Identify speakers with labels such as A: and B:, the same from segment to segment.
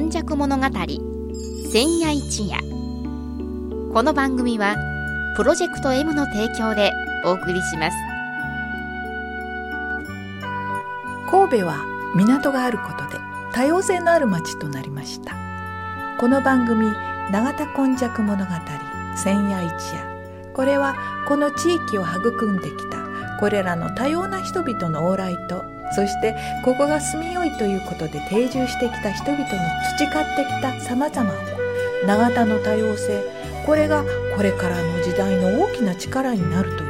A: 今昔物語千夜一夜。この番組はプロジェクト M の提供でお送りします。
B: 神戸は港があることで多様性のある町となりました。この番組永田今昔物語千夜一夜、これはこの地域を育んできたこれらの多様な人々の往来と、そしてここが住みよいということで定住してきた人々の培ってきた様々を、永田の多様性、これがこれからの時代の大きな力になるという、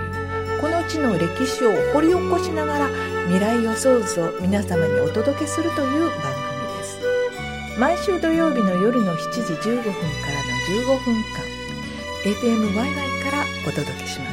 B: この地の歴史を掘り起こしながら未来予想図を皆様にお届けするという番組です。毎週土曜日の夜の7時15分からの15分間 FM ワイワイからお届けします。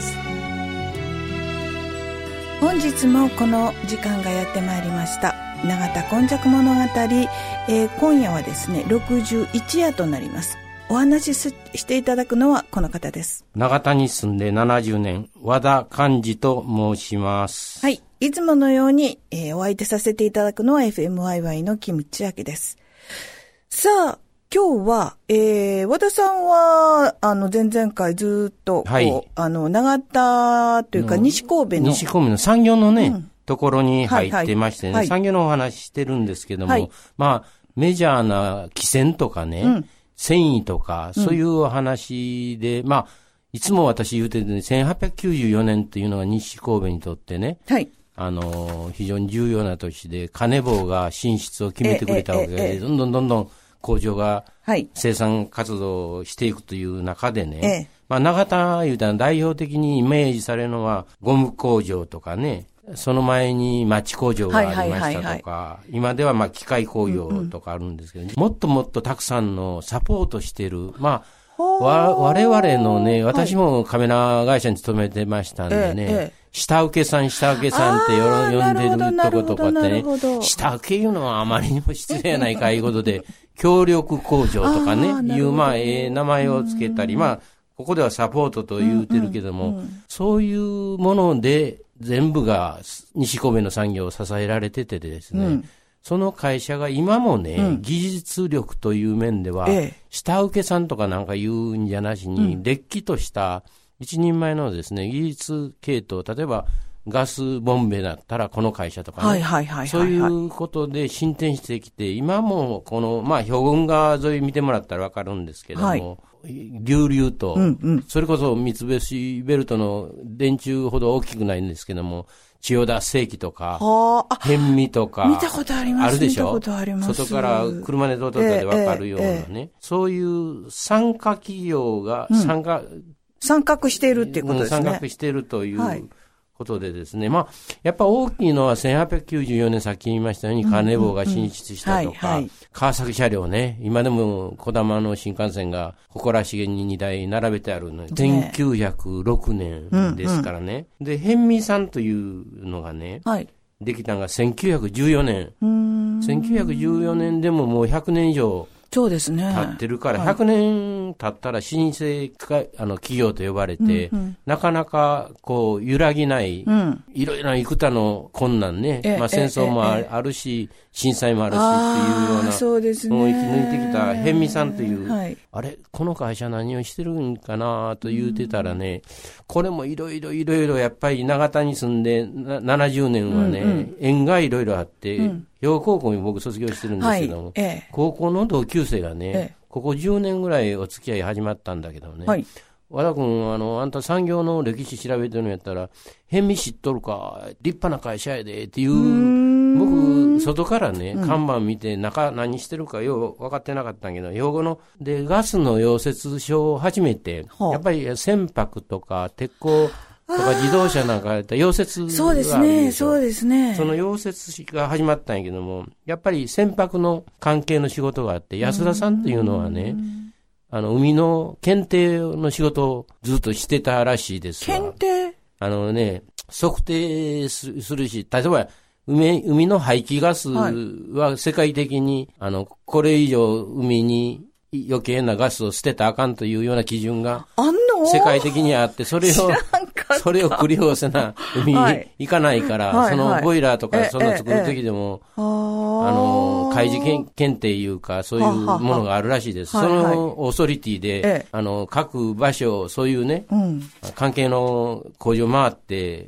B: 本日もこの時間がやってまいりました。永田今昔物語、今夜はですね61夜となります。お話ししていただくのはこの方です。
C: 永田に住んで70年、和田寛治と申します。
B: はい、いつものように、お相手させていただくのは FMYY のキムチアキです。さあ今日は、和田さんは前々回ずっと、はい、永田というか西神戸の
C: 産業のね、ところに入ってましてね、はいはい、産業のお話してるんですけども、はい、まあメジャーな汽船とかね、繊維とかそういうお話で、まあいつも私言うてるね、1894年というのが西神戸にとってね、はい、非常に重要な年で、金棒が進出を決めてくれたわけで、どんどん工場が生産活動をしていくという中でね、まあ永田いうたら代表的にイメージされるのはゴム工場とかね、その前に町工場がありましたとか、今ではまあ機械工業とかあるんですけど、もっともっとたくさんのサポートしている、まあ我々のね、私もカメラ会社に勤めてましたんでね、下請けさんって呼んでるとことかってね、下請けいうのはあまりにも失礼やないかいうことで、協力工場とかね、いうまあ名前をつけたり、まあここではサポートと言うてるけども、そういうもので全部が西神戸の産業を支えられててですね、その会社が今もね、技術力という面では、下請けさんとかなんか言うんじゃなしに、れっきとした一人前のですね、技術系統、例えばガスボンベだったらこの会社とかね、そういうことで進展してきて、今もこの、まあ、兵庫川沿い見てもらったらわかるんですけども、流々と、それこそ三菱ベルトの電柱ほど大きくないんですけども、千代田製機とか、変味とか、
B: 見たことあります。
C: あるでしょ。
B: 見たことあります。
C: 外から車で通ったでわかるようなね、そういう参加企業が参画しているっていうことですね。参画しているという、ことでですね。まあ、やっぱ大きいのは1894年さっき言いましたように金棒が進出したとか、川崎車両ね、今でも小玉の新幹線が誇らしげに2台並べてあるの、1906年ですからね。で、変味さんというのがね、できたのが1914年。1914年でももう100年以上
B: そうですね。
C: 経ってるから、100年経ったら老舗企業と呼ばれて、なかなかこう揺らぎない、いろいろな幾多の困難ね、まあ戦争もあるし、震災もあるしっていうような、
B: そうですね。
C: もう生き抜いてきた変味さんという、あれこの会社何をしてるんかなと言うてたらね、これもいろいろやっぱり長田に住んで70年はね、縁がいろいろあって、兵庫高校に僕卒業してるんですけども、高校の同級生がね、ここ10年ぐらいお付き合い始まったんだけどね、和田君、あんた産業の歴史調べてるのやったら、変味知っとるか、立派な会社やでっていう、僕、外からね、看板見て、中何してるかよう分かってなかったんやけど、兵庫の、で、ガスの溶接所を始めて、やっぱり船舶とか鉄鋼、とか自動車なんかやった溶接があるでしょ。
B: そうですね。
C: その溶接が始まったんやけども、やっぱり船舶の関係の仕事があって、安田さんっていうのはね、海の検定の仕事をずっとしてたらしいですわ。
B: 検定？
C: 測定するし、例えば海の排気ガスは世界的に、これ以上海に余計なガスを捨てたらあかんというような基準が世界的にあって、それを繰り寄せな海に行かないから、そのボイラーとかそんな作る時でも、 開示検定いうか、そういうものがあるらしいです。そのオーソリティで、各場所、そういうね、関係の工場回って、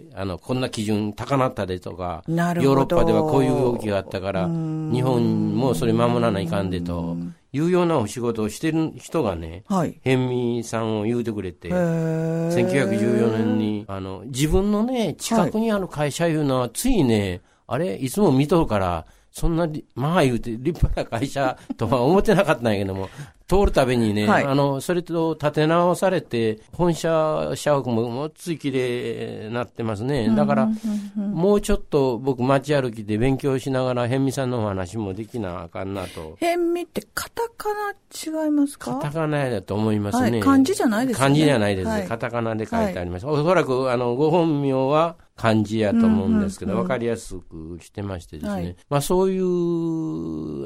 C: こんな基準高なったでとか、ヨーロッパではこういう動きがあったから、日本もそれ守らないかんでというようなお仕事をしてる人がね、辺見さんを言うてくれて、1914年に、自分のね、近くにある会社いうのは、ついね、あれ、いつも見とるから、そんな、まあ言うて立派な会社とは思ってなかったんやけども、通るたびにね、それと立て直されて、本社社屋ももっつい綺麗になってますね。だから、もうちょっと僕街歩きで勉強しながら、辺見さんのお話もできなあかんなと。
B: 辺見ってカタカナ違いますか？
C: カタカナだと思いますね。
B: 漢字じゃないですね。
C: 漢字じゃないです。カタカナで書いてあります。おそらく、ご本名は、漢字やと思うんですけど、わかりやすくしてましてですね。まあそういう、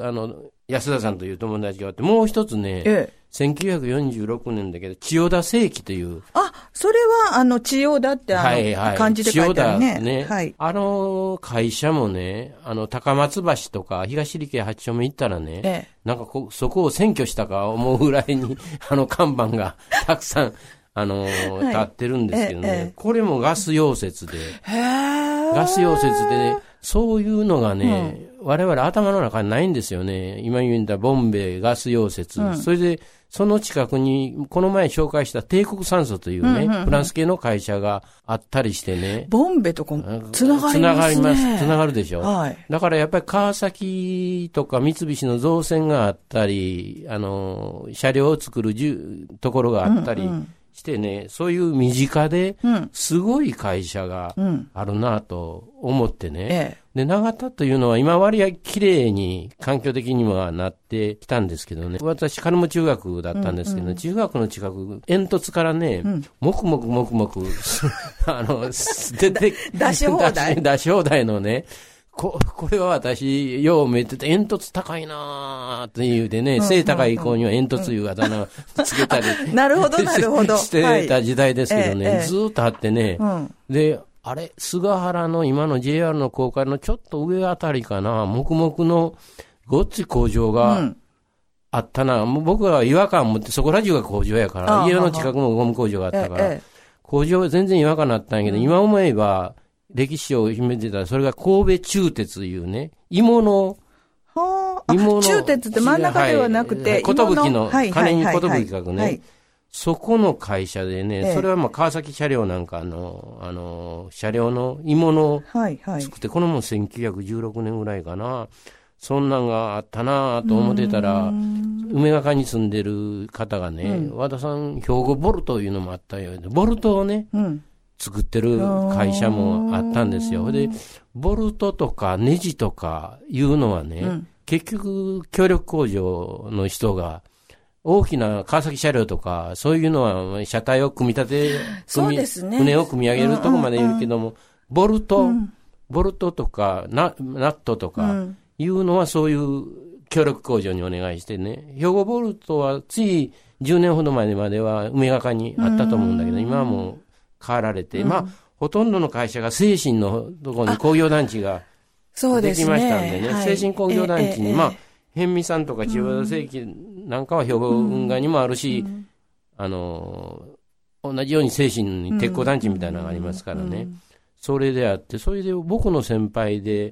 C: 安田さんという友達があって、もう一つね、1946年だけど、千代田世紀という。
B: それは、千代田って漢字で書いてあるね。
C: 千代田ね。会社もね、高松橋とか東利家8丁目行ったらね、なんかそこを占拠したか思うぐらいに、看板がたくさん、立ってるんですけどね、これもガス溶接で、ガス溶接でね、そういうのがね、我々頭の中にないんですよね。今言ったボンベ、ガス溶接、それで、その近くに、この前紹介した帝国酸素というね、フランス系の会社があったりしてね。
B: ボンベとかもつながりますね。
C: つながるでしょ。だからやっぱり川崎とか三菱の造船があったり、車両を作るところがあったり、してね、そういう身近ですごい会社があるなと思ってね、で長田というのは今割合綺麗に環境的にはなってきたんですけどね、私金も中学だったんですけど、中学の近く煙突からね、もくもくもくもく出て出し放題のね、これは私、よう見てて、煙突高いなーって言うてね、背高い子には煙突いうあだ名をつけたり
B: なるほど、なるほど。
C: してた時代ですけどね、ずーっとあってね、で、あれ、菅原の今の JR の高架のちょっと上あたりかな、黙々のごっつい工場があったな、もう僕は違和感を持って、そこら中が工場やから、家の近くもゴム工場があったから、工場は全然違和感あったんやけど、今思えば、歴史を秘めてたら、それが神戸中鉄いうね、鋳物。
B: 中鉄って真ん中ではなくて、
C: 寿の、金に寿書くね。そこの会社でね、それはまあ川崎車両なんか車両の鋳物を作って、このも1916年ぐらいかな。そんなんがあったなと思ってたら、梅ヶ丘に住んでる方がね、和田さん、兵庫ボルトいうのもあったよ。ボルトをね、作ってる会社もあったんですよ。で、ボルトとかネジとかいうのはね、結局協力工場の人が大きな川崎車両とかそういうのは車体を組み立て、船を組み上げるとこまでいるけども、ボルトとかナットとかいうのはそういう協力工場にお願いしてね、兵庫ボルトはつい10年ほど前までは梅ヶ丘にあったと思うんだけど、今はもう変わられて、まあ、ほとんどの会社が精神のところに工業団地ができましたんでね、精神工業団地に、まあ、辺見さんとか千代田世紀なんかは兵庫運河にもあるし、同じように精神に鉄鋼団地みたいなのがありますからね、それであって、それで僕の先輩で、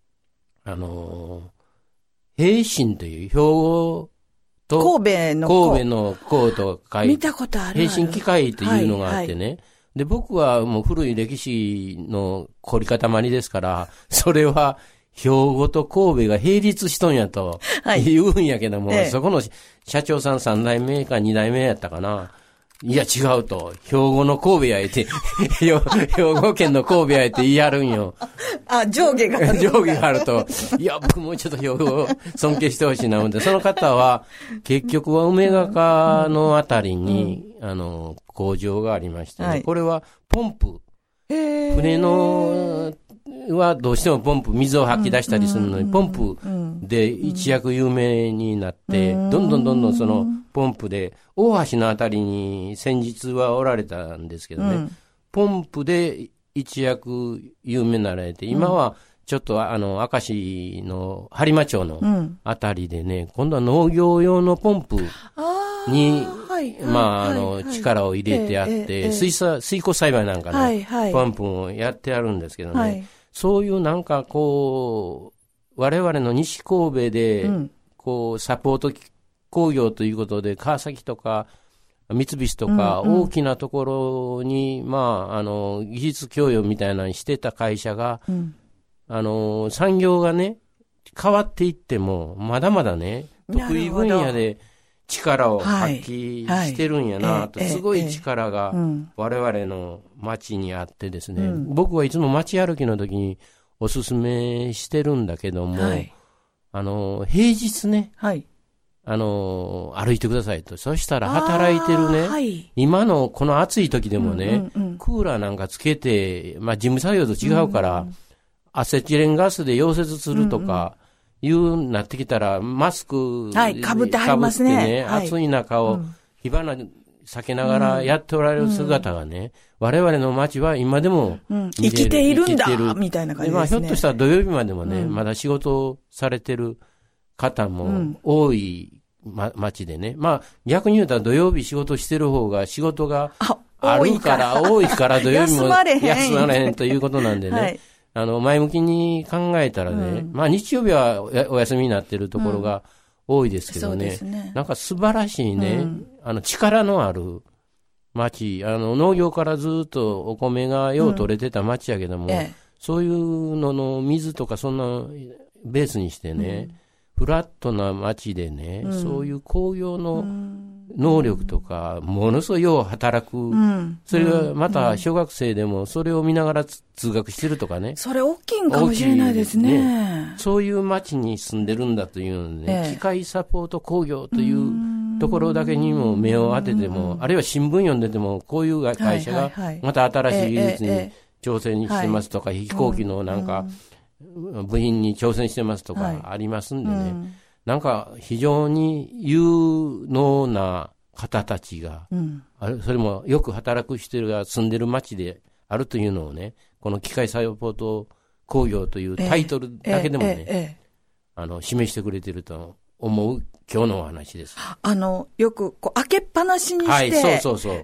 C: 平信という兵庫と神戸の工と書いて、
B: 見たことある。
C: 平信機械というのがあってね、で、僕はもう古い歴史の凝り固まりですから、それは兵庫と神戸が並立しとんやと言うんやけども、そこの社長さん3代目か2代目やったかな。いや違うと、兵庫の神戸やえて、兵庫県の神戸やえて言い張るんよ。
B: 上下がある。
C: 上下があると、いや、僕もうちょっと兵庫を尊敬してほしいな思って、その方は、結局は梅ヶ丘のあたりに、工場がありましてね、これはポンプ。船の、はどうしてもポンプ、水を吐き出したりするのに、ポンプで一躍有名になって、どんどんそのポンプで、大橋のあたりに先日はおられたんですけどね、ポンプで一躍有名になられて、今はちょっと明石の播磨町のあたりでね、今度は農業用のポンプに、力を入れてあって、水耕栽培なんかのポンプをやってあるんですけどね、そういうなんかこう、我々の西神戸で、こう、サポート工業ということで、川崎とか、三菱とか、大きなところに、技術供与みたいなのにしてた会社が、産業がね、変わっていっても、まだまだね、得意分野で力を発揮してるんやなと、すごい力が我々の街にあってですね、僕はいつも街歩きの時におすすめしてるんだけども、平日ね、歩いてくださいと。そしたら働いてるね、今のこの暑い時でもね、クーラーなんかつけて、事務作業と違うから、アセチレンガスで溶接するとか、なってきたら、マスク
B: かぶってはりますね。
C: 暑い中を火花避けながらやっておられる姿がね、我々の街は今でも
B: 生きているんだみたいな感じですね。
C: ひょっとしたら土曜日までもね、まだ仕事をされてる方も多い街でね。逆に言うたら土曜日仕事してる方が仕事があるから、多いから土曜日も休まれへんということなんでね。前向きに考えたらね、日曜日はお休みになってるところが多いですけどね、なんか素晴らしいね、力のある町、農業からずっとお米がよう取れてた町やけども、そういうのの水とかそんなベースにしてね、フラットな町でね、そういう工業の能力とか、ものすごいよう働く、それがまた小学生でもそれを見ながら通学してるとかね。
B: それ大きいんかもしれないですね。
C: そういう町に住んでるんだというのでね、機械サポート工業というところだけにも目を当てても、あるいは新聞読んでても、こういう会社がまた新しい技術に挑戦してますとか、飛行機のなんか部品に挑戦してますとかありますんでね、なんか非常に有能な方たちが、それもよく働く人が住んでる町であるというのをね、この機械サポート工業というタイトルだけでもね、示してくれてると思う今日のお話です。
B: よくこう開けっぱなしにして、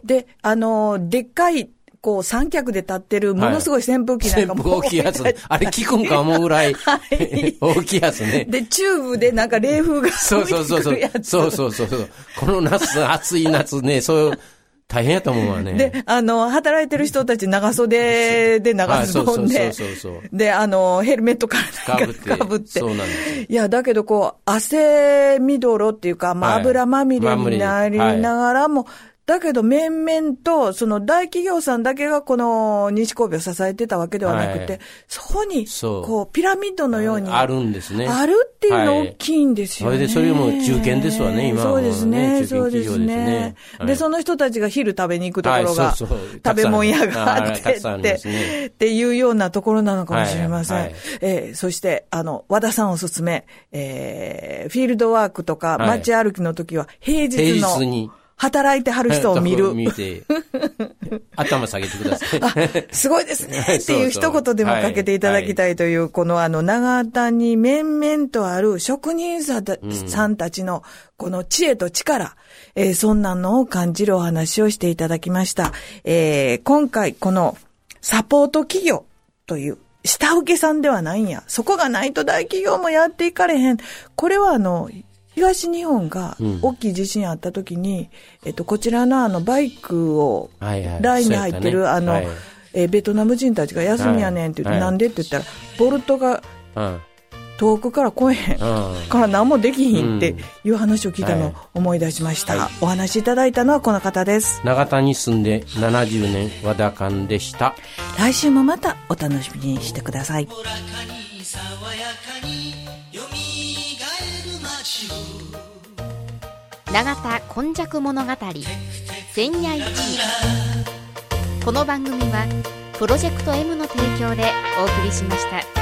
B: で、でっかい三脚で立ってるものすごい扇風機なんかも、
C: 大きいやつ、あれ効くんか思うぐらい、大きいやつね。
B: で、チューブでなんか冷風が吹いてくるやつ。
C: そう。この夏、暑い夏ね、そう大変やと思うわね。
B: で、働いてる人たち長袖で長ズボンで、で、ヘルメットからかぶって。
C: そうなんです。
B: いや、だけど汗みどろっていうか、油まみれになりながらも、だけど、面々と、その大企業さんだけがこの西神戸を支えてたわけではなくて、そこに、ピラミッドのように。
C: あるんですね。
B: あるっていうの大きいんですよね。
C: それも中堅ですわね、今は、ね。
B: そうですね。
C: そうですね。
B: で、その人たちが昼食べに行くところが、食べ物屋があってっていうようなところなのかもしれません。そして、和田さんおすすめ、フィールドワークとか街歩きの時は平日に、働いてはる人を見る。
C: 見て、頭下げてくださ
B: い。すごいですね。っていう一言でもかけていただきたいという、この長田に面々とある職人さんたちのこの知恵と力、そんなのを感じるお話をしていただきました。今回このサポート企業という下請けさんではないんや。そこがないと大企業もやっていかれへん。これは東日本が大きい地震あった時に、こちらのバイクを、ラインに入ってる、ベトナム人たちが休みやねんって言って、なんでって言ったら、ボルトが遠くから来えへんから何もできひんっていう話を聞いたのを思い出しました。お話しいただいたのはこの方です。
C: 長田に住んで70年、和田寛でした。
B: 来週もまたお楽しみにしてください。
A: 永田今昔物語千夜一夜。この番組はプロジェクト M の提供でお送りしました。